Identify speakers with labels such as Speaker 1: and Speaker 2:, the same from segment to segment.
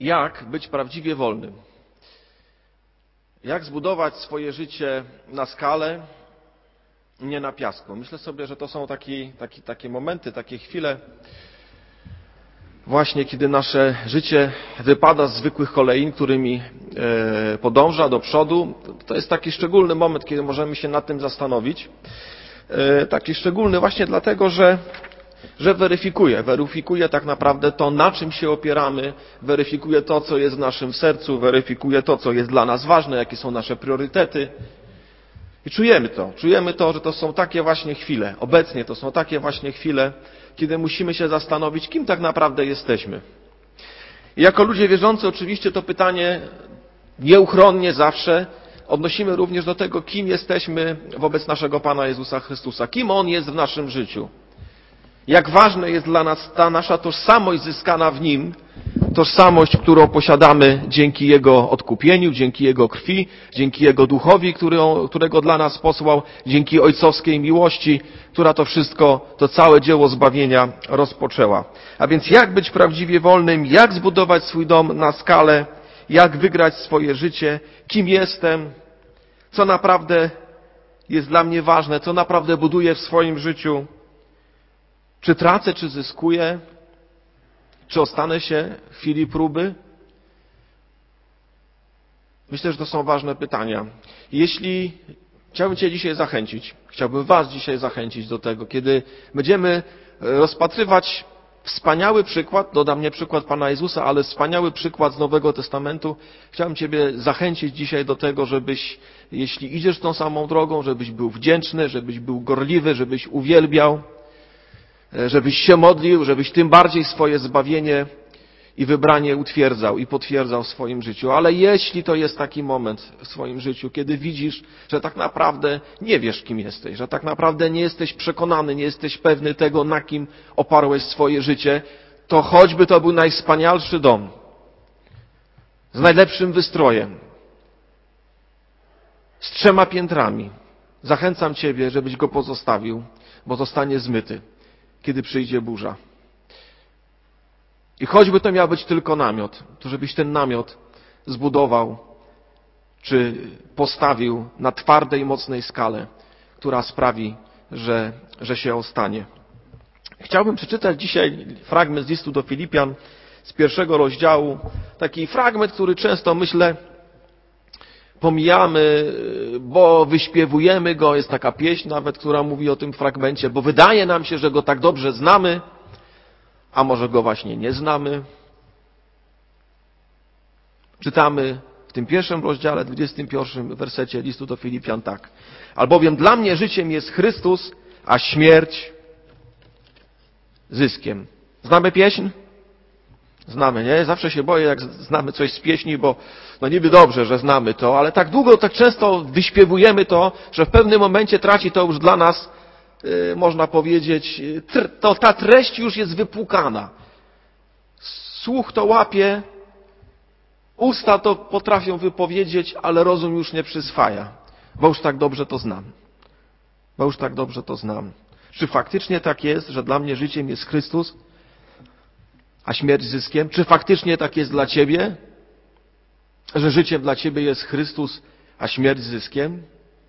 Speaker 1: Jak być prawdziwie wolnym? Jak zbudować swoje życie na skalę, nie na piasku? Myślę sobie, że to są takie momenty, takie chwile, właśnie kiedy nasze życie wypada z zwykłych kolei, którymi podąża do przodu. To jest taki szczególny moment, kiedy możemy się nad tym zastanowić. Taki szczególny właśnie dlatego, że weryfikuje tak naprawdę to, na czym się opieramy, weryfikuje to, co jest w naszym sercu, weryfikuje to, co jest dla nas ważne, jakie są nasze priorytety. I czujemy to, że to są takie właśnie chwile, obecnie to są takie właśnie chwile, kiedy musimy się zastanowić, kim tak naprawdę jesteśmy. I jako ludzie wierzący oczywiście to pytanie nieuchronnie zawsze odnosimy również do tego, kim jesteśmy wobec naszego Pana Jezusa Chrystusa, kim On jest w naszym życiu. Jak ważna jest dla nas ta nasza tożsamość zyskana w Nim, tożsamość, którą posiadamy dzięki Jego odkupieniu, dzięki Jego krwi, dzięki Jego duchowi, którego dla nas posłał, dzięki ojcowskiej miłości, która to wszystko, to całe dzieło zbawienia rozpoczęła. A więc jak być prawdziwie wolnym, jak zbudować swój dom na skalę, jak wygrać swoje życie, kim jestem, co naprawdę jest dla mnie ważne, co naprawdę buduję w swoim życiu. Czy tracę, czy zyskuję? Czy ostanę się w chwili próby? Myślę, że to są ważne pytania. Jeśli chciałbym Cię dzisiaj zachęcić, chciałbym Was dzisiaj zachęcić do tego, kiedy będziemy rozpatrywać wspaniały przykład, dodam nie przykład Pana Jezusa, ale wspaniały przykład z Nowego Testamentu, chciałbym Ciebie zachęcić dzisiaj do tego, żebyś, jeśli idziesz tą samą drogą, żebyś był wdzięczny, żebyś był gorliwy, żebyś uwielbiał, żebyś się modlił, żebyś tym bardziej swoje zbawienie i wybranie utwierdzał i potwierdzał w swoim życiu. Ale jeśli to jest taki moment w swoim życiu, kiedy widzisz, że tak naprawdę nie wiesz, kim jesteś, że tak naprawdę nie jesteś przekonany, nie jesteś pewny tego, na kim oparłeś swoje życie, to choćby to był najwspanialszy dom, z najlepszym wystrojem, z 3 piętrami, zachęcam Ciebie, żebyś go pozostawił, bo zostanie zmyty, kiedy przyjdzie burza. I choćby to miał być tylko namiot, to żebyś ten namiot zbudował, czy postawił na twardej, mocnej skale, która sprawi, że się ostanie. Chciałbym przeczytać dzisiaj fragment z listu do Filipian z 1 rozdziału. Taki fragment, który często, myślę, pomijamy, bo wyśpiewujemy go. Jest taka pieśń nawet, która mówi o tym fragmencie, bo wydaje nam się, że go tak dobrze znamy, a może go właśnie nie znamy. Czytamy w tym 1 rozdziale, 21 wersecie listu do Filipian tak. Albowiem dla mnie życiem jest Chrystus, a śmierć zyskiem. Znamy pieśń? Znamy, nie? Zawsze się boję, jak znamy coś z pieśni, bo no niby dobrze, że znamy to, ale tak długo, tak często wyśpiewujemy to, że w pewnym momencie traci to już dla nas, można powiedzieć, ta treść już jest wypłukana. Słuch to łapie, usta to potrafią wypowiedzieć, ale rozum już nie przyswaja, bo już tak dobrze to znam. Czy faktycznie tak jest, że dla mnie życiem jest Chrystus, a śmierć zyskiem? Czy faktycznie tak jest dla Ciebie, że życiem dla Ciebie jest Chrystus, a śmierć zyskiem?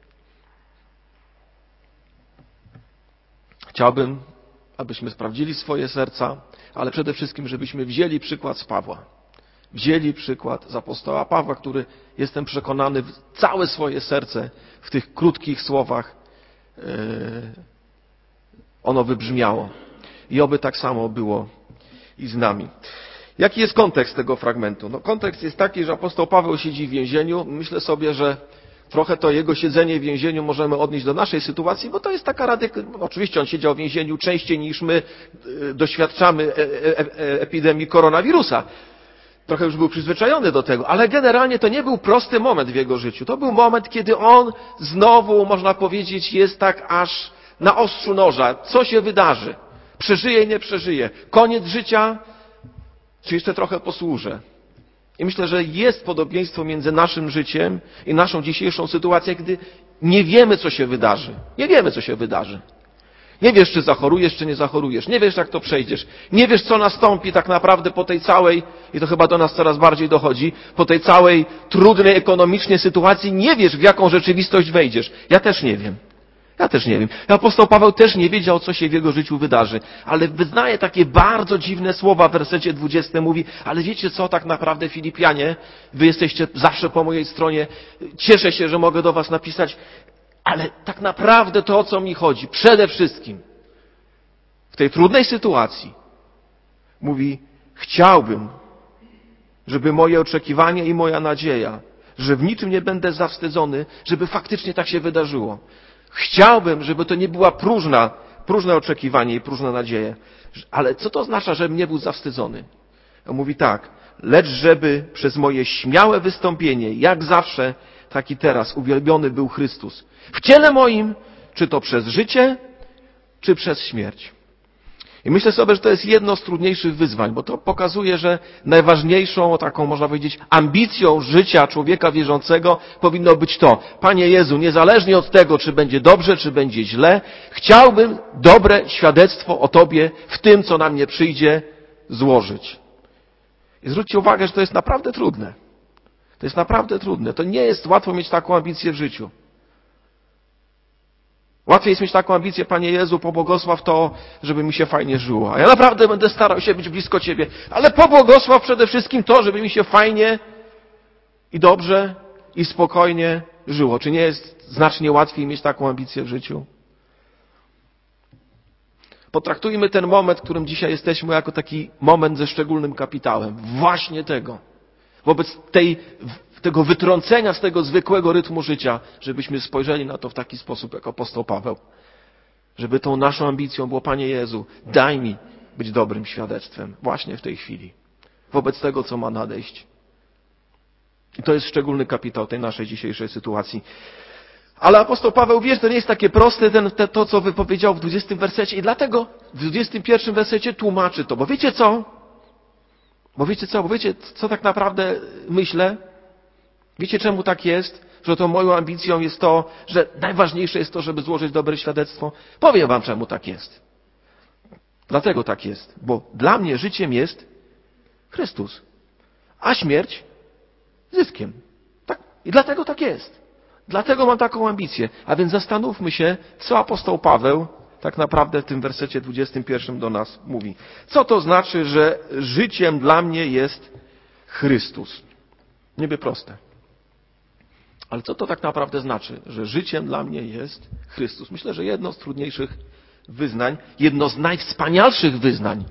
Speaker 1: Chciałbym, abyśmy sprawdzili swoje serca, ale przede wszystkim, żebyśmy wzięli przykład z Pawła. Wzięli przykład z apostoła Pawła, który, jestem przekonany, całe swoje serce w tych krótkich słowach ono wybrzmiało. I oby tak samo było i z nami. Jaki jest kontekst tego fragmentu? No, kontekst jest taki, że apostoł Paweł siedzi w więzieniu. Myślę sobie, że trochę to jego siedzenie w więzieniu możemy odnieść do naszej sytuacji, bo to jest taka oczywiście on siedział w więzieniu częściej niż my doświadczamy epidemii koronawirusa. Trochę już był przyzwyczajony do tego, ale generalnie to nie był prosty moment w jego życiu. To był moment, kiedy on znowu, można powiedzieć, jest tak aż na ostrzu noża. Co się wydarzy? Przeżyje, nie przeżyje. Koniec życia, czy jeszcze trochę posłużę? I myślę, że jest podobieństwo między naszym życiem i naszą dzisiejszą sytuacją, gdy nie wiemy, co się wydarzy. Nie wiemy, co się wydarzy. Nie wiesz, czy zachorujesz, czy nie zachorujesz. Nie wiesz, jak to przejdziesz. Nie wiesz, co nastąpi tak naprawdę po tej całej, i to chyba do nas coraz bardziej dochodzi, po tej całej trudnej ekonomicznie sytuacji. Nie wiesz, w jaką rzeczywistość wejdziesz. Ja też nie wiem. Apostoł Paweł też nie wiedział, co się w jego życiu wydarzy. Ale wyznaje takie bardzo dziwne słowa w wersecie 20. Mówi, ale wiecie co, tak naprawdę Filipianie, wy jesteście zawsze po mojej stronie. Cieszę się, że mogę do was napisać. Ale tak naprawdę to, o co mi chodzi, przede wszystkim w tej trudnej sytuacji, mówi, chciałbym, żeby moje oczekiwanie i moja nadzieja, że w niczym nie będę zawstydzony, żeby faktycznie tak się wydarzyło. Chciałbym, żeby to nie była próżne oczekiwanie i próżne nadzieje. Ale co to oznacza, żebym nie był zawstydzony? On mówi tak, lecz żeby przez moje śmiałe wystąpienie, jak zawsze, tak i teraz, uwielbiony był Chrystus. W ciele moim, czy to przez życie, czy przez śmierć. I myślę sobie, że to jest jedno z trudniejszych wyzwań, bo to pokazuje, że najważniejszą, taką można powiedzieć, ambicją życia człowieka wierzącego powinno być to. Panie Jezu, niezależnie od tego, czy będzie dobrze, czy będzie źle, chciałbym dobre świadectwo o Tobie w tym, co na mnie przyjdzie, złożyć. I zwróćcie uwagę, że to jest naprawdę trudne. To jest naprawdę trudne. To nie jest łatwo mieć taką ambicję w życiu. Łatwiej jest mieć taką ambicję, Panie Jezu, pobłogosław to, żeby mi się fajnie żyło. A ja naprawdę będę starał się być blisko Ciebie. Ale pobłogosław przede wszystkim to, żeby mi się fajnie i dobrze i spokojnie żyło. Czy nie jest znacznie łatwiej mieć taką ambicję w życiu? Potraktujmy ten moment, w którym dzisiaj jesteśmy, jako taki moment ze szczególnym kapitałem. Właśnie tego. Wobec tego wytrącenia z tego zwykłego rytmu życia, żebyśmy spojrzeli na to w taki sposób, jak apostoł Paweł. Żeby tą naszą ambicją było, Panie Jezu, daj mi być dobrym świadectwem właśnie w tej chwili. Wobec tego, co ma nadejść. I to jest szczególny kapitał tej naszej dzisiejszej sytuacji. Ale apostoł Paweł wie, że to nie jest takie proste, to co wypowiedział w 20 wersecie. I dlatego w 21 wersecie tłumaczy to. Bo wiecie, co tak naprawdę myślę? Wiecie, czemu tak jest? Że to moją ambicją jest to, że najważniejsze jest to, żeby złożyć dobre świadectwo? Powiem wam, czemu tak jest. Dlatego tak jest. Bo dla mnie życiem jest Chrystus, a śmierć zyskiem. Tak? I dlatego tak jest. Dlatego mam taką ambicję. A więc zastanówmy się, co apostoł Paweł tak naprawdę w tym wersecie 21 do nas mówi. Co to znaczy, że życiem dla mnie jest Chrystus? Niby proste. Ale co to tak naprawdę znaczy, że życiem dla mnie jest Chrystus? Myślę, że jedno z trudniejszych wyznań, jedno z najwspanialszych wyznań,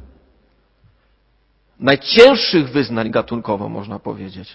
Speaker 1: najcięższych wyznań gatunkowo, można powiedzieć,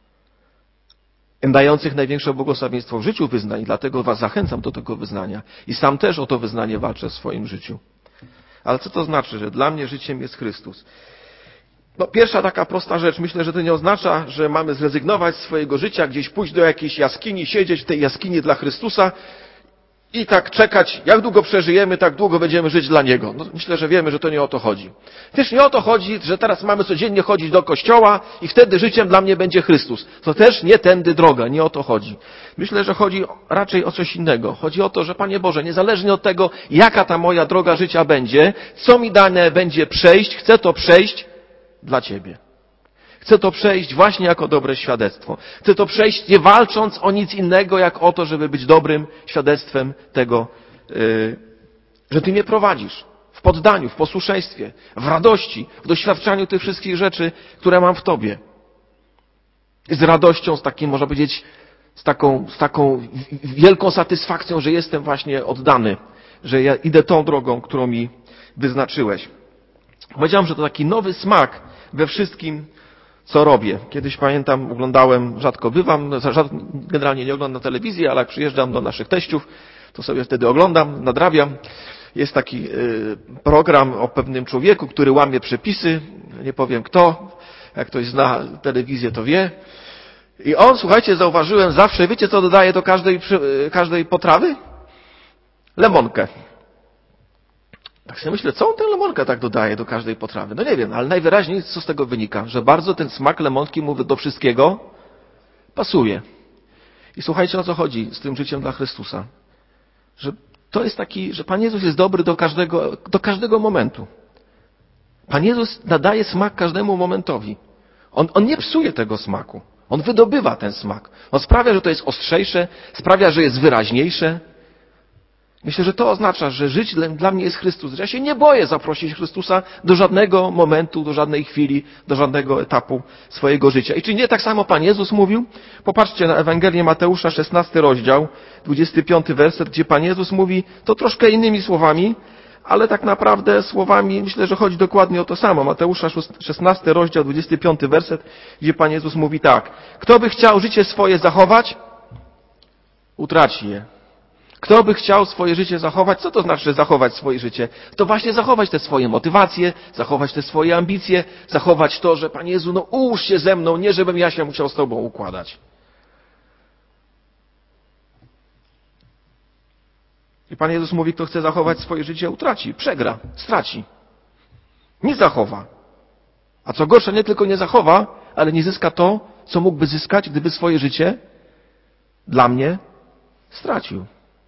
Speaker 1: dających największe błogosławieństwo w życiu wyznań. Dlatego was zachęcam do tego wyznania. I sam też o to wyznanie walczę w swoim życiu. Ale co to znaczy, że dla mnie życiem jest Chrystus? No, pierwsza taka prosta rzecz. Myślę, że to nie oznacza, że mamy zrezygnować z swojego życia, gdzieś pójść do jakiejś jaskini, siedzieć w tej jaskini dla Chrystusa i tak czekać, jak długo przeżyjemy, tak długo będziemy żyć dla Niego. No, myślę, że wiemy, że to nie o to chodzi. Też nie o to chodzi, że teraz mamy codziennie chodzić do kościoła i wtedy życiem dla mnie będzie Chrystus. To też nie tędy droga, nie o to chodzi. Myślę, że chodzi raczej o coś innego. Chodzi o to, że Panie Boże, niezależnie od tego, jaka ta moja droga życia będzie, co mi dane będzie przejść, chcę to przejść dla Ciebie. Chcę to przejść właśnie jako dobre świadectwo. Chcę to przejść nie walcząc o nic innego, jak o to, żeby być dobrym świadectwem tego, że Ty mnie prowadzisz w poddaniu, w posłuszeństwie, w radości, w doświadczaniu tych wszystkich rzeczy, które mam w Tobie. Z radością, z takim, można powiedzieć, z taką wielką satysfakcją, że jestem właśnie oddany, że ja idę tą drogą, którą mi wyznaczyłeś. Powiedziałem, że to taki nowy smak we wszystkim, co robię. Kiedyś pamiętam, oglądałem, rzadko bywam, generalnie nie oglądam telewizji, ale jak przyjeżdżam do naszych teściów, to sobie wtedy oglądam, nadrabiam. Jest taki program o pewnym człowieku, który łamie przepisy, nie powiem kto, jak ktoś zna telewizję, to wie. I on, słuchajcie, zauważyłem zawsze, wiecie co dodaje do każdej potrawy? Lemonkę. Tak sobie myślę, co on tę lemonkę tak dodaje do każdej potrawy? No nie wiem, ale najwyraźniej co z tego wynika? Że bardzo ten smak lemonki mu do wszystkiego pasuje. I słuchajcie, o co chodzi z tym życiem dla Chrystusa. Że to jest taki, że Pan Jezus jest dobry do każdego momentu. Pan Jezus nadaje smak każdemu momentowi. On nie psuje tego smaku. On wydobywa ten smak. On sprawia, że to jest ostrzejsze, sprawia, że jest wyraźniejsze. Myślę, że to oznacza, że żyć dla mnie jest Chrystus. Że ja się nie boję zaprosić Chrystusa do żadnego momentu, do żadnej chwili, do żadnego etapu swojego życia. I czy nie tak samo Pan Jezus mówił? Popatrzcie na Ewangelię Mateusza, 16 rozdział, 25 werset, gdzie Pan Jezus mówi to troszkę innymi słowami, ale tak naprawdę słowami, myślę, że chodzi dokładnie o to samo. Mateusza 16 rozdział, 25 werset, gdzie Pan Jezus mówi tak. Kto by chciał życie swoje zachować, utraci je. Kto by chciał swoje życie zachować? Co to znaczy zachować swoje życie? To właśnie zachować te swoje motywacje, zachować te swoje ambicje, zachować to, że Panie Jezu, no ułóż się ze mną, nie żebym ja się musiał z Tobą układać. I Pan Jezus mówi, kto chce zachować swoje życie, utraci, przegra, straci. Nie zachowa. A co gorsza, nie tylko nie zachowa, ale nie zyska to, co mógłby zyskać, gdyby swoje życie dla mnie stracił.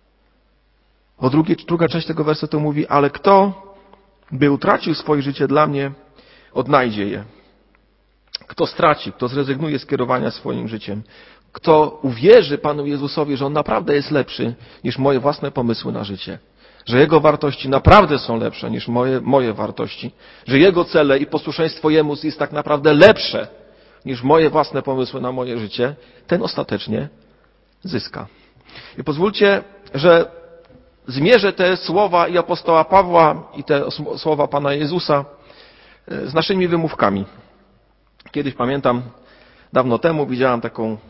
Speaker 1: Druga część tego wersetu mówi, ale kto by utracił swoje życie dla mnie, odnajdzie je. Kto straci, kto zrezygnuje z kierowania swoim życiem, kto uwierzy Panu Jezusowi, że On naprawdę jest lepszy niż moje własne pomysły na życie, że Jego wartości naprawdę są lepsze niż moje wartości, że Jego cele i posłuszeństwo Jemu jest tak naprawdę lepsze niż moje własne pomysły na moje życie, ten ostatecznie zyska. I pozwólcie, że zmierzę te słowa i apostoła Pawła i te słowa Pana Jezusa z naszymi wymówkami. Kiedyś pamiętam, dawno temu widziałem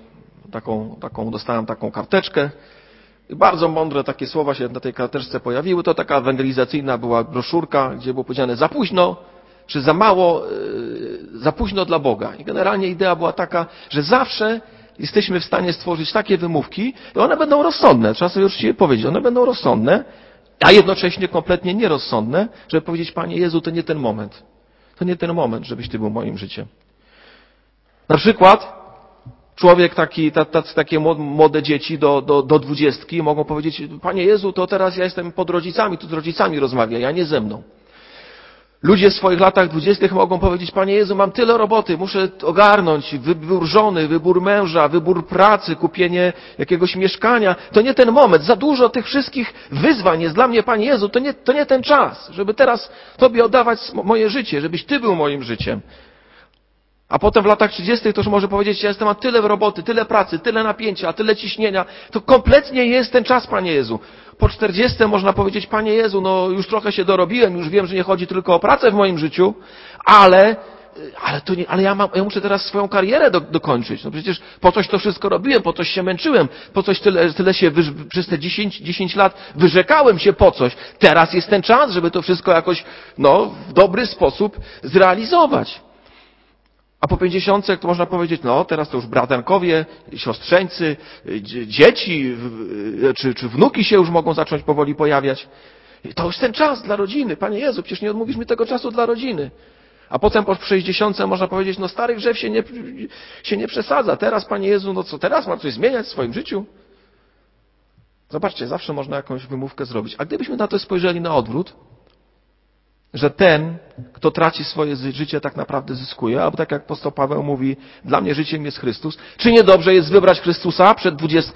Speaker 1: dostałem taką karteczkę i bardzo mądre takie słowa się na tej karteczce pojawiły. To taka ewangelizacyjna była broszurka, gdzie było powiedziane za późno, czy za mało, za późno dla Boga. I generalnie idea była taka, że zawsze jesteśmy w stanie stworzyć takie wymówki i one będą rozsądne. Trzeba sobie uczciwie powiedzieć, one będą rozsądne, a jednocześnie kompletnie nierozsądne, żeby powiedzieć, Panie Jezu, to nie ten moment. To nie ten moment, żebyś Ty był moim życiem. Na przykład człowiek takie młode dzieci do 20 mogą powiedzieć, Panie Jezu, to teraz ja jestem pod rodzicami, tu z rodzicami rozmawiaj, a nie ze mną. Ludzie w swoich latach 20 mogą powiedzieć, Panie Jezu, mam tyle roboty, muszę ogarnąć wybór żony, wybór męża, wybór pracy, kupienie jakiegoś mieszkania. To nie ten moment. Za dużo tych wszystkich wyzwań jest dla mnie, Panie Jezu, to nie ten czas, żeby teraz Tobie oddawać moje życie, żebyś Ty był moim życiem. A potem w latach 30 to już może powiedzieć, ja mam tyle roboty, tyle pracy, tyle napięcia, tyle ciśnienia. To kompletnie jest ten czas, Panie Jezu. Po 40 można powiedzieć, Panie Jezu, no już trochę się dorobiłem, już wiem, że nie chodzi tylko o pracę w moim życiu, ale ja muszę teraz swoją karierę dokończyć. No przecież po coś to wszystko robiłem, po coś się męczyłem, po coś tyle się przez te 10 lat wyrzekałem się po coś. Teraz jest ten czas, żeby to wszystko jakoś, w dobry sposób zrealizować. A po 50 to można powiedzieć, teraz to już bratankowie, siostrzeńcy, dzieci czy wnuki się już mogą zacząć powoli pojawiać. I to już ten czas dla rodziny. Panie Jezu, przecież nie odmówisz mi tego czasu dla rodziny. A potem po 60 można powiedzieć, stary grzew się nie przesadza. Teraz, Panie Jezu, co teraz mam coś zmieniać w swoim życiu? Zobaczcie, zawsze można jakąś wymówkę zrobić. A gdybyśmy na to spojrzeli na odwrót, że ten, kto traci swoje życie, tak naprawdę zyskuje, albo tak jak apostoł Paweł mówi, dla mnie życiem jest Chrystus. Czy nie dobrze jest wybrać Chrystusa przed 20?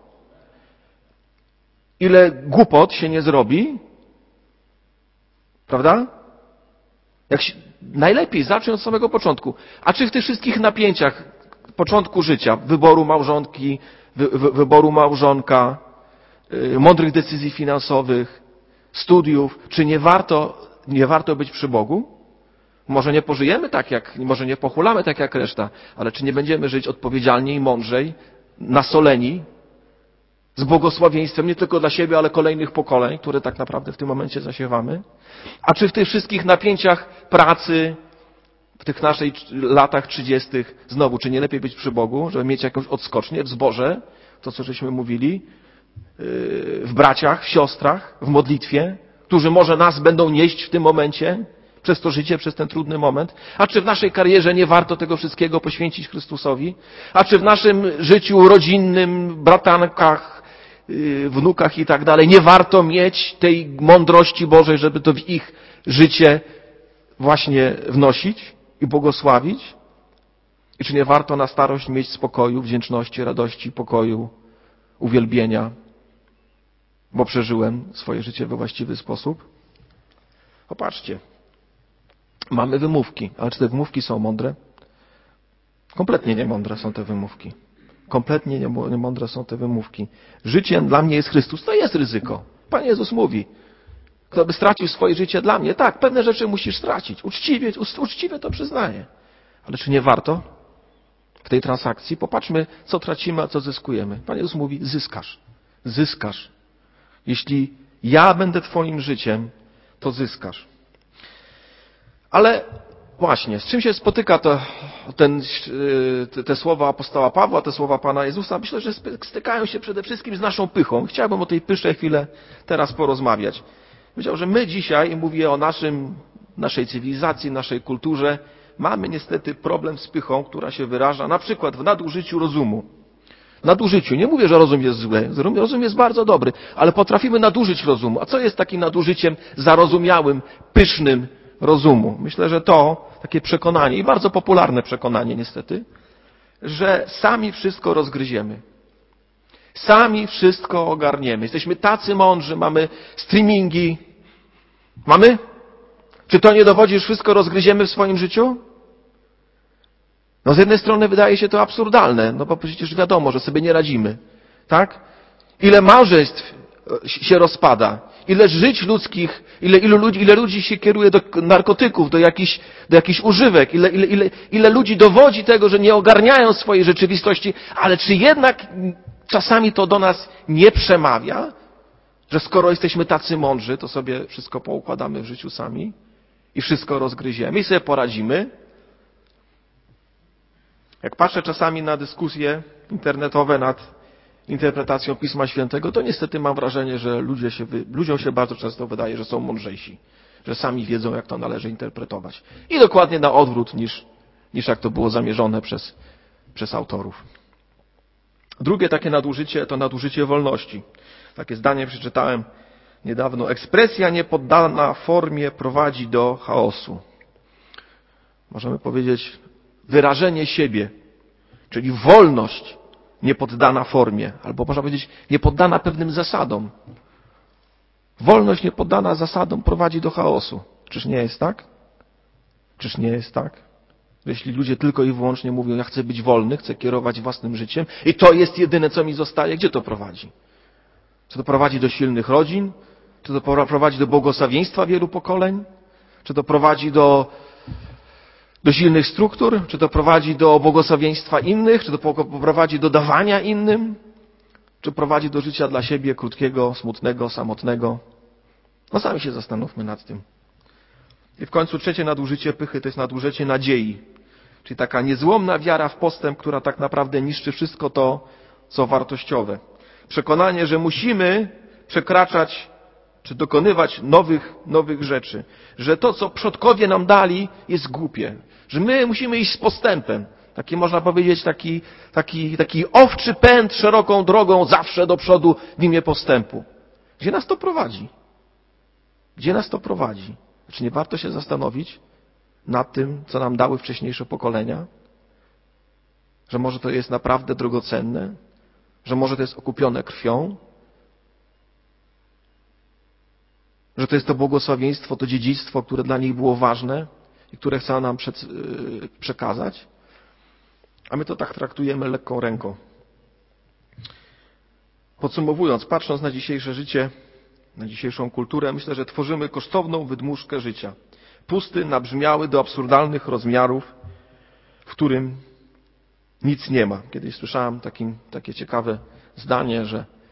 Speaker 1: Ile głupot się nie zrobi? Prawda? Najlepiej zacząć od samego początku. A czy w tych wszystkich napięciach początku życia, wyboru małżonki, wyboru małżonka, mądrych decyzji finansowych, studiów, czy nie warto być przy Bogu? Może nie pożyjemy może nie pochulamy tak jak reszta, ale czy nie będziemy żyć odpowiedzialnie i mądrzej, nasoleni, z błogosławieństwem nie tylko dla siebie, ale kolejnych pokoleń, które tak naprawdę w tym momencie zasiewamy? A czy w tych wszystkich napięciach pracy, w tych naszych latach 30 znowu, czy nie lepiej być przy Bogu, żeby mieć jakąś odskocznię w zborze, to co żeśmy mówili, w braciach, w siostrach, w modlitwie, którzy może nas będą nieść w tym momencie, przez to życie, przez ten trudny moment? A czy w naszej karierze nie warto tego wszystkiego poświęcić Chrystusowi? A czy w naszym życiu rodzinnym, bratankach, wnukach i tak dalej, nie warto mieć tej mądrości Bożej, żeby to w ich życie właśnie wnosić i błogosławić? I czy nie warto na starość mieć spokoju, wdzięczności, radości, pokoju, uwielbienia, bo przeżyłem swoje życie we właściwy sposób? Popatrzcie, mamy wymówki, ale czy te wymówki są mądre? Kompletnie niemądre są te wymówki. Kompletnie niemądre są te wymówki. Życie dla mnie jest Chrystus, to jest ryzyko. Pan Jezus mówi, kto by stracił swoje życie dla mnie, tak, pewne rzeczy musisz stracić. Uczciwie to przyznaję. Ale czy nie warto w tej transakcji? Popatrzmy, co tracimy, a co zyskujemy. Pan Jezus mówi, zyskasz. Zyskasz. Jeśli ja będę Twoim życiem, to zyskasz. Ale właśnie, z czym się spotyka te słowa apostoła Pawła, te słowa Pana Jezusa? Myślę, że stykają się przede wszystkim z naszą pychą. Chciałbym o tej pysze chwilę teraz porozmawiać. Powiedział, że my dzisiaj, i mówię o naszej cywilizacji, naszej kulturze, mamy niestety problem z pychą, która się wyraża na przykład w nadużyciu rozumu. Nadużyciu. Nie mówię, że rozum jest zły. Rozum jest bardzo dobry, ale potrafimy nadużyć rozumu. A co jest takim nadużyciem zarozumiałym, pysznym rozumu? Myślę, że to takie przekonanie, i bardzo popularne przekonanie niestety, że sami wszystko rozgryziemy. Sami wszystko ogarniemy. Jesteśmy tacy mądrzy, mamy streamingi. Mamy? Czy to nie dowodzi, że wszystko rozgryziemy w swoim życiu? No z jednej strony wydaje się to absurdalne, no bo przecież wiadomo, że sobie nie radzimy. Tak? Ile małżeństw się rozpada, ile żyć ludzkich, ile ludzi się kieruje do narkotyków, do jakichś używek, ile ludzi dowodzi tego, że nie ogarniają swojej rzeczywistości, ale czy jednak czasami to do nas nie przemawia, że skoro jesteśmy tacy mądrzy, to sobie wszystko poukładamy w życiu sami i wszystko rozgryziemy i sobie poradzimy? Jak patrzę czasami na dyskusje internetowe nad interpretacją Pisma Świętego, to niestety mam wrażenie, że ludziom się bardzo często wydaje, że są mądrzejsi, że sami wiedzą, jak to należy interpretować. I dokładnie na odwrót niż jak to było zamierzone przez autorów. Drugie takie nadużycie to nadużycie wolności. Takie zdanie przeczytałem niedawno. Ekspresja niepoddana formie prowadzi do chaosu. Możemy powiedzieć wyrażenie siebie, czyli wolność niepoddana formie, albo można powiedzieć niepoddana pewnym zasadom. Wolność niepoddana zasadom prowadzi do chaosu. Czyż nie jest tak? Czyż nie jest tak? Jeśli ludzie tylko i wyłącznie mówią, ja chcę być wolny, chcę kierować własnym życiem i to jest jedyne, co mi zostaje, gdzie to prowadzi? Czy to prowadzi do silnych rodzin? Czy to prowadzi do błogosławieństwa wielu pokoleń? Czy to prowadzi do silnych struktur? Czy to prowadzi do błogosławieństwa innych? Czy to prowadzi do dawania innym? Czy prowadzi do życia dla siebie krótkiego, smutnego, samotnego? No sami się zastanówmy nad tym. I w końcu trzecie nadużycie pychy to jest nadużycie nadziei. Czyli taka niezłomna wiara w postęp, która tak naprawdę niszczy wszystko to, co wartościowe. Przekonanie, że musimy przekraczać czy dokonywać nowych rzeczy. Że to, co przodkowie nam dali, jest głupie. Że my musimy iść z postępem. Taki można powiedzieć, taki owczy pęd szeroką drogą zawsze do przodu w imię postępu. Gdzie nas to prowadzi? Gdzie nas to prowadzi? Czy nie warto się zastanowić nad tym, co nam dały wcześniejsze pokolenia? Że może to jest naprawdę drogocenne? Że może to jest okupione krwią? Że to jest to błogosławieństwo, to dziedzictwo, które dla nich było ważne i które chcą nam przekazać? A my to tak traktujemy lekką ręką. Podsumowując, patrząc na dzisiejsze życie, na dzisiejszą kulturę, myślę, że tworzymy kosztowną wydmuszkę życia. Pusty, nabrzmiały do absurdalnych rozmiarów, w którym nic nie ma. Kiedyś słyszałem takie ciekawe zdanie,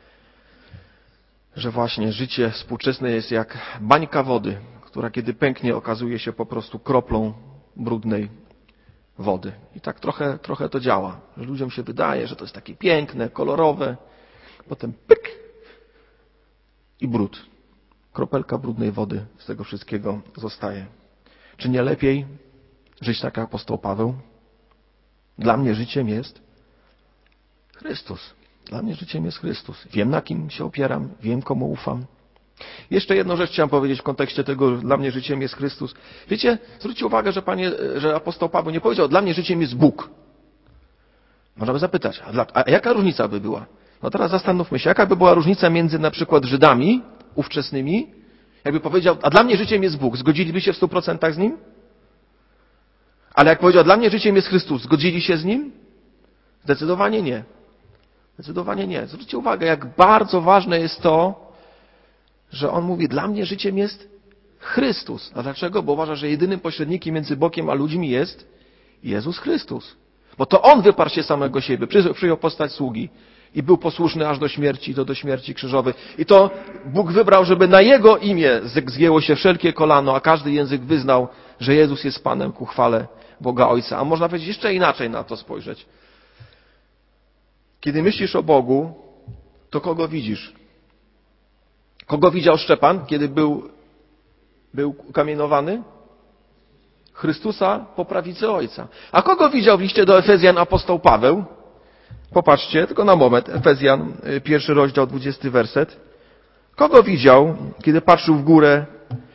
Speaker 1: że właśnie życie współczesne jest jak bańka wody, która kiedy pęknie okazuje się po prostu kroplą brudnej wody. I tak trochę to działa. Że ludziom się wydaje, że to jest takie piękne, kolorowe, potem pyk i brud. Kropelka brudnej wody z tego wszystkiego zostaje. Czy nie lepiej żyć tak jak apostoł Paweł? Dla mnie życiem jest Chrystus. Dla mnie życiem jest Chrystus. Wiem, na kim się opieram, wiem, komu ufam. Jeszcze jedną rzecz chciałem powiedzieć w kontekście tego, że dla mnie życiem jest Chrystus. Wiecie, zwróćcie uwagę, że apostoł Paweł nie powiedział, dla mnie życiem jest Bóg. Można by zapytać, a jaka różnica by była? No teraz zastanówmy się, jaka by była różnica między na przykład Żydami ówczesnymi, jakby powiedział, a dla mnie życiem jest Bóg. Zgodziliby się w 100% z Nim? Ale jak powiedział, dla mnie życiem jest Chrystus, zgodzili się z Nim? Zdecydowanie nie. Zdecydowanie nie. Zwróćcie uwagę, jak bardzo ważne jest to, że on mówi, dla mnie życiem jest Chrystus. A dlaczego? Bo uważa, że jedynym pośrednikiem między Bogiem a ludźmi jest Jezus Chrystus. Bo to On wyparł się samego siebie, przyjął postać sługi i był posłuszny aż do śmierci, do śmierci krzyżowej. I to Bóg wybrał, żeby na Jego imię zgięło się wszelkie kolano, a każdy język wyznał, że Jezus jest Panem ku chwale Boga Ojca. A można powiedzieć jeszcze inaczej na to spojrzeć. Kiedy myślisz o Bogu, to kogo widzisz? Kogo widział Szczepan, kiedy był kamienowany? Chrystusa po prawicy Ojca. A kogo widział w liście do Efezjan apostoł Paweł? Popatrzcie, tylko na moment. Efezjan, 1 rozdział, 20 werset. Kogo widział, kiedy patrzył w górę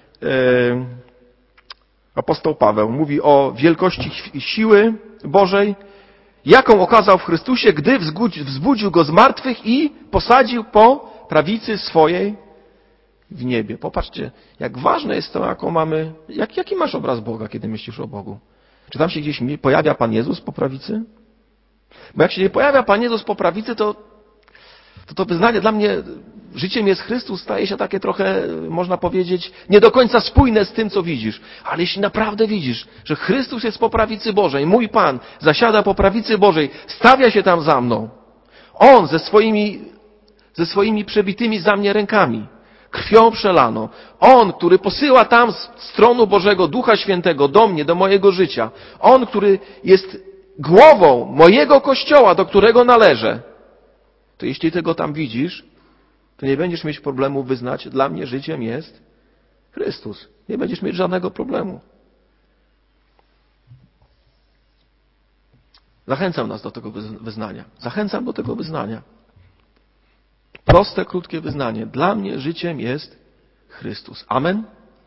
Speaker 1: apostoł Paweł? Mówi o wielkości siły Bożej, jaką okazał w Chrystusie, gdy wzbudził Go z martwych i posadził po prawicy swojej w niebie. Popatrzcie, jak ważne jest to, jaką mamy, jaki masz obraz Boga, kiedy myślisz o Bogu. Czy tam się gdzieś pojawia Pan Jezus po prawicy? Bo jak się nie pojawia Pan Jezus po prawicy, to wyznanie dla mnie życiem jest Chrystus staje się takie trochę, można powiedzieć, nie do końca spójne z tym, co widzisz. Ale jeśli naprawdę widzisz, że Chrystus jest po prawicy Bożej, mój Pan zasiada po prawicy Bożej, stawia się tam za mną. On ze swoimi przebitymi za mnie rękami, krwią przelaną. On, który posyła tam z tronu Bożego Ducha Świętego do mnie, do mojego życia. On, który jest głową mojego Kościoła, do którego należę. To jeśli tego tam widzisz, to nie będziesz mieć problemu wyznać, dla mnie życiem jest Chrystus. Nie będziesz mieć żadnego problemu. Zachęcam nas do tego wyznania. Zachęcam do tego wyznania. Proste, krótkie wyznanie. Dla mnie życiem jest Chrystus. Amen?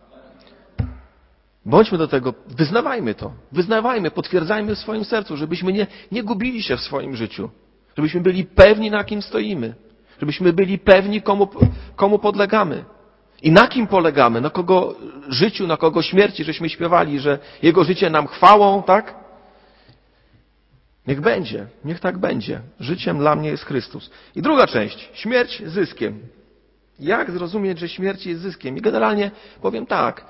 Speaker 1: Bądźmy do tego, wyznawajmy to. Wyznawajmy, potwierdzajmy w swoim sercu, żebyśmy nie gubili się w swoim życiu. Żebyśmy byli pewni, na kim stoimy. Żebyśmy byli pewni, komu podlegamy. I na kim polegamy, na kogo życiu, na kogo śmierci, żeśmy śpiewali, że Jego życie nam chwałą, tak? Niech będzie, niech tak będzie. Życiem dla mnie jest Chrystus. I druga część, śmierć zyskiem. Jak zrozumieć, że śmierć jest zyskiem? I generalnie powiem tak,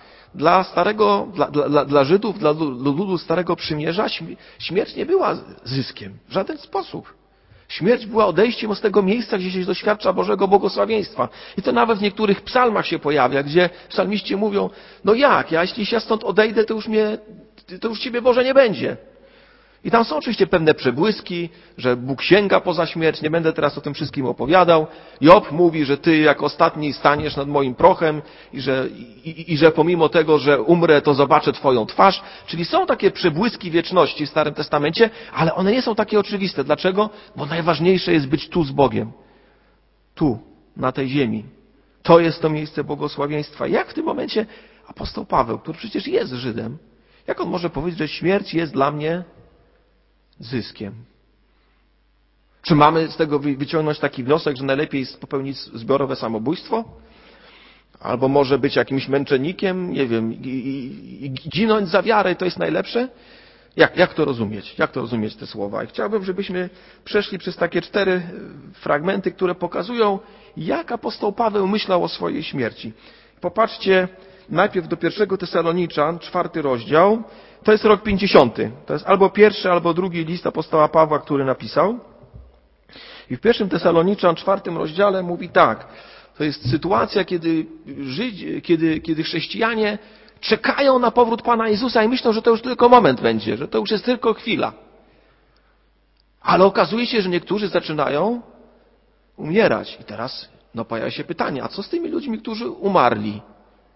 Speaker 1: dla Żydów, dla ludu Starego Przymierza śmierć nie była zyskiem w żaden sposób. Śmierć była odejściem z tego miejsca, gdzie się doświadcza Bożego błogosławieństwa. I to nawet w niektórych psalmach się pojawia, gdzie psalmiści mówią, no jak, jeśli się stąd odejdę, to już Ciebie Boże nie będzie. I tam są oczywiście pewne przebłyski, że Bóg sięga poza śmierć. Nie będę teraz o tym wszystkim opowiadał. Job mówi, że Ty jak ostatni staniesz nad moim prochem i że pomimo tego, że umrę, to zobaczę Twoją twarz. Czyli są takie przebłyski wieczności w Starym Testamencie, ale one nie są takie oczywiste. Dlaczego? Bo najważniejsze jest być tu z Bogiem. Tu, na tej ziemi. To jest to miejsce błogosławieństwa. Jak w tym momencie apostoł Paweł, który przecież jest Żydem, jak on może powiedzieć, że śmierć jest dla mnie zyskiem? Czy mamy z tego wyciągnąć taki wniosek, że najlepiej jest popełnić zbiorowe samobójstwo? Albo może być jakimś męczennikiem, nie wiem, i ginąć za wiarę, to jest najlepsze? Jak to rozumieć? Jak to rozumieć te słowa? I chciałbym, żebyśmy przeszli przez takie 4 fragmenty, które pokazują, jak apostoł Paweł myślał o swojej śmierci. Popatrzcie najpierw do 1 Tesaloniczan, 4 rozdział. To jest rok 50. To jest albo pierwszy, albo drugi list apostoła Pawła, który napisał. I w 1 Tesaloniczan, 4 rozdziale mówi tak. To jest sytuacja, kiedy chrześcijanie czekają na powrót Pana Jezusa i myślą, że to już tylko moment będzie, że to już jest tylko chwila. Ale okazuje się, że niektórzy zaczynają umierać. I teraz pojawia się pytanie, a co z tymi ludźmi, którzy umarli?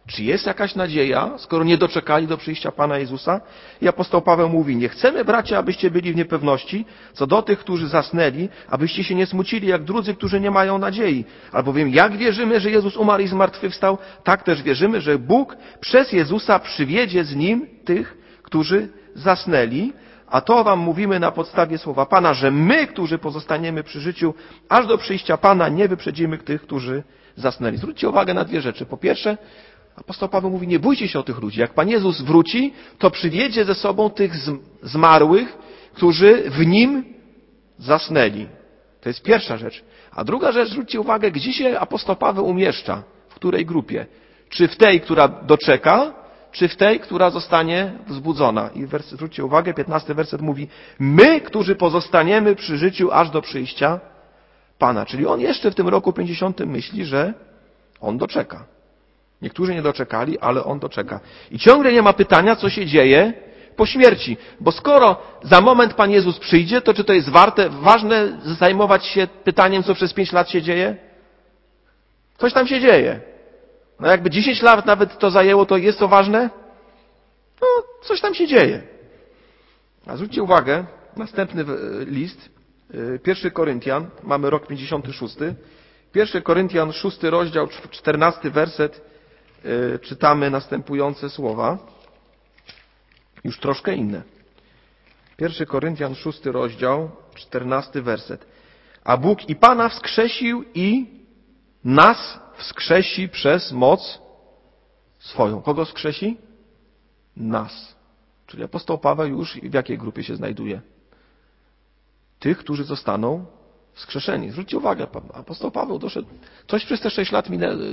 Speaker 1: Czy jest jakaś nadzieja, skoro nie doczekali do przyjścia Pana Jezusa? I apostoł Paweł mówi, nie chcemy, bracia, abyście byli w niepewności, co do tych, którzy zasnęli, abyście się nie smucili jak drudzy, którzy nie mają nadziei. Albowiem jak wierzymy, że Jezus umarł i zmartwychwstał, tak też wierzymy, że Bóg przez Jezusa przywiedzie z Nim tych, którzy zasnęli. A to wam mówimy na podstawie słowa Pana, że my, którzy pozostaniemy przy życiu, aż do przyjścia Pana, nie wyprzedzimy tych, którzy zasnęli. Zwróćcie uwagę na dwie rzeczy. Po pierwsze, apostoł Paweł mówi, nie bójcie się o tych ludzi. Jak Pan Jezus wróci, to przywiedzie ze sobą tych zmarłych, którzy w Nim zasnęli. To jest pierwsza rzecz. A druga rzecz, zwróćcie uwagę, gdzie się apostoł Paweł umieszcza, w której grupie. Czy w tej, która doczeka, czy w tej, która zostanie wzbudzona. I zwróćcie uwagę, 15 werset mówi, my, którzy pozostaniemy przy życiu aż do przyjścia Pana. Czyli on jeszcze w tym roku 50 myśli, że on doczeka. Niektórzy nie doczekali, ale on doczeka. I ciągle nie ma pytania, co się dzieje po śmierci. Bo skoro za moment Pan Jezus przyjdzie, to czy to jest ważne zajmować się pytaniem, co przez 5 lat się dzieje? Coś tam się dzieje. No jakby 10 lat nawet to zajęło, to jest to ważne? No, coś tam się dzieje. A zwróćcie uwagę, następny list, 1 Koryntian, mamy rok 56. 1 Koryntian, 6 rozdział, 14 werset, czytamy następujące słowa. Już troszkę inne. 1 Koryntian, 6 rozdział, 14 werset. A Bóg i Pana wskrzesił i nas wskrzesi przez moc swoją. Kogo wskrzesi? Nas. Czyli apostoł Paweł już w jakiej grupie się znajduje? Tych, którzy zostaną wskrzeszeni. Zwróćcie uwagę, apostoł Paweł doszedł, coś przez te 6 lat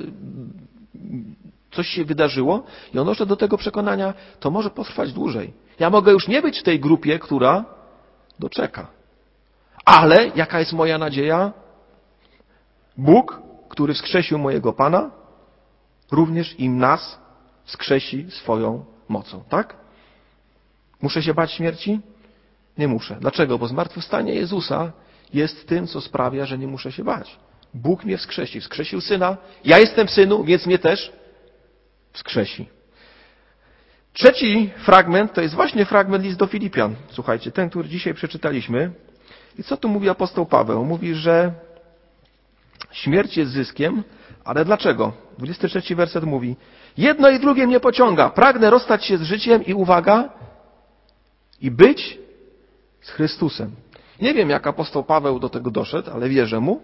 Speaker 1: coś się wydarzyło i on doszedł do tego przekonania, to może potrwać dłużej. Ja mogę już nie być w tej grupie, która doczeka. Ale jaka jest moja nadzieja? Bóg, który wskrzesił mojego Pana, również i nas wskrzesi swoją mocą. Tak? Muszę się bać śmierci? Nie muszę. Dlaczego? Bo zmartwychwstanie Jezusa jest tym, co sprawia, że nie muszę się bać. Bóg mnie wskrzesi. Wskrzesił Syna. Ja jestem w Synu, więc mnie też wskrzesi. Trzeci fragment to jest właśnie fragment list do Filipian. Słuchajcie, ten, który dzisiaj przeczytaliśmy. I co tu mówi apostoł Paweł? Mówi, że śmierć jest zyskiem, ale dlaczego? 23 werset mówi, jedno i drugie mnie pociąga. Pragnę rozstać się z życiem i uwaga, i być z Chrystusem. Nie wiem, jak apostoł Paweł do tego doszedł, ale wierzę mu,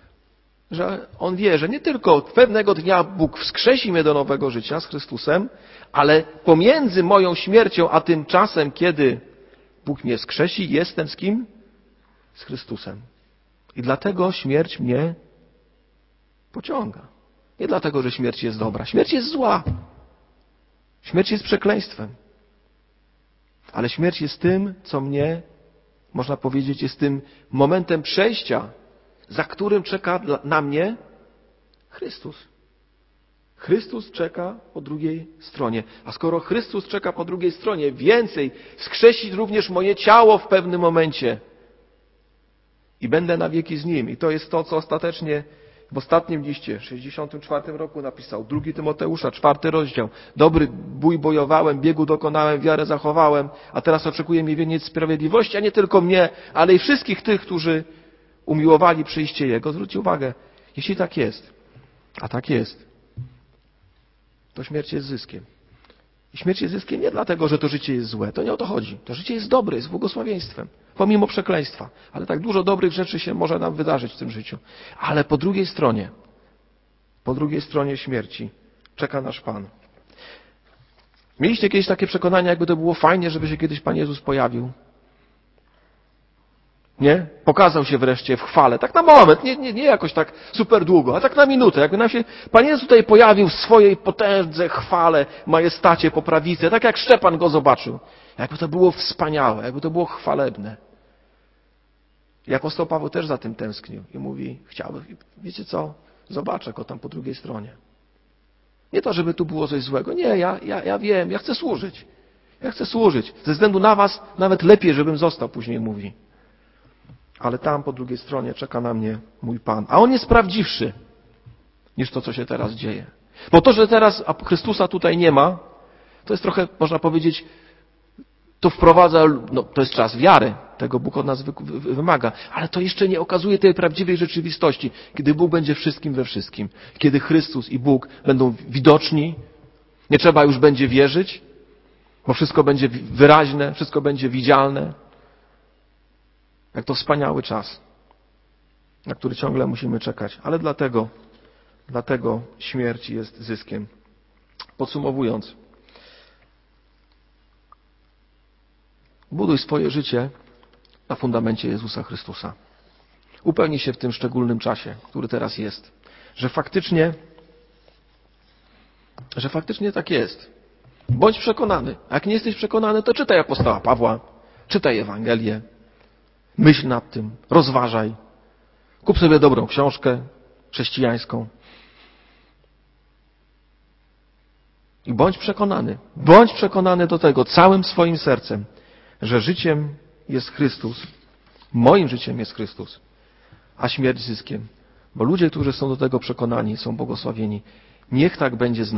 Speaker 1: że on wie, że nie tylko pewnego dnia Bóg wskrzesi mnie do nowego życia z Chrystusem, ale pomiędzy moją śmiercią a tym czasem, kiedy Bóg mnie wskrzesi, jestem z kim? Z Chrystusem. I dlatego śmierć mnie pociąga. Nie dlatego, że śmierć jest dobra. Śmierć jest zła. Śmierć jest przekleństwem. Ale śmierć jest tym, co mnie, można powiedzieć, jest tym momentem przejścia, za którym czeka na mnie Chrystus. Chrystus czeka po drugiej stronie. A skoro Chrystus czeka po drugiej stronie, więcej, wskrzesi również moje ciało w pewnym momencie. I będę na wieki z Nim. I to jest to, co ostatecznie w ostatnim liście, w 64 roku napisał, 2 Tymoteusza, 4 rozdział. Dobry bój bojowałem, biegu dokonałem, wiarę zachowałem, a teraz oczekuje mnie wieniec sprawiedliwości, a nie tylko mnie, ale i wszystkich tych, którzy umiłowali przyjście Jego. Zwróćcie uwagę, jeśli tak jest, a tak jest, to śmierć jest zyskiem. I śmierć jest zyskiem nie dlatego, że to życie jest złe. To nie o to chodzi. To życie jest dobre, jest błogosławieństwem. Pomimo przekleństwa. Ale tak dużo dobrych rzeczy się może nam wydarzyć w tym życiu. Ale po drugiej stronie śmierci czeka nasz Pan. Mieliście kiedyś takie przekonanie, jakby to było fajnie, żeby się kiedyś Pan Jezus pojawił? Nie? Pokazał się wreszcie w chwale. Tak na moment, nie jakoś tak super długo, a tak na minutę. Jakby nam się Pan Jezus tutaj pojawił w swojej potędze, chwale, majestacie po prawicy, tak jak Szczepan go zobaczył. Jakby to było wspaniałe, jakby to było chwalebne. I apostoł Paweł też za tym tęsknił i mówi, chciałbym, wiecie co, zobaczę go tam po drugiej stronie. Nie to, żeby tu było coś złego. Nie, ja wiem, ja chcę służyć. Ja chcę służyć. Ze względu na was nawet lepiej, żebym został, później mówi. Ale tam po drugiej stronie czeka na mnie mój Pan. A On jest prawdziwszy niż to, co się teraz dzieje. Bo to, że teraz Chrystusa tutaj nie ma, to jest trochę, można powiedzieć, to wprowadza, to jest czas wiary, tego Bóg od nas wymaga, ale to jeszcze nie okazuje tej prawdziwej rzeczywistości, kiedy Bóg będzie wszystkim we wszystkim, kiedy Chrystus i Bóg będą widoczni, nie trzeba już będzie wierzyć, bo wszystko będzie wyraźne, wszystko będzie widzialne. Jak to wspaniały czas, na który ciągle musimy czekać, ale dlatego śmierć jest zyskiem. Podsumowując, buduj swoje życie na fundamencie Jezusa Chrystusa. Upewnij się w tym szczególnym czasie, który teraz jest, że faktycznie tak jest. Bądź przekonany. A jak nie jesteś przekonany, to czytaj apostoła Pawła, czytaj Ewangelię, myśl nad tym, rozważaj. Kup sobie dobrą książkę chrześcijańską. I bądź przekonany do tego całym swoim sercem, że życiem jest Chrystus, moim życiem jest Chrystus, a śmierć zyskiem. Bo ludzie, którzy są do tego przekonani, są błogosławieni. Niech tak będzie z nami.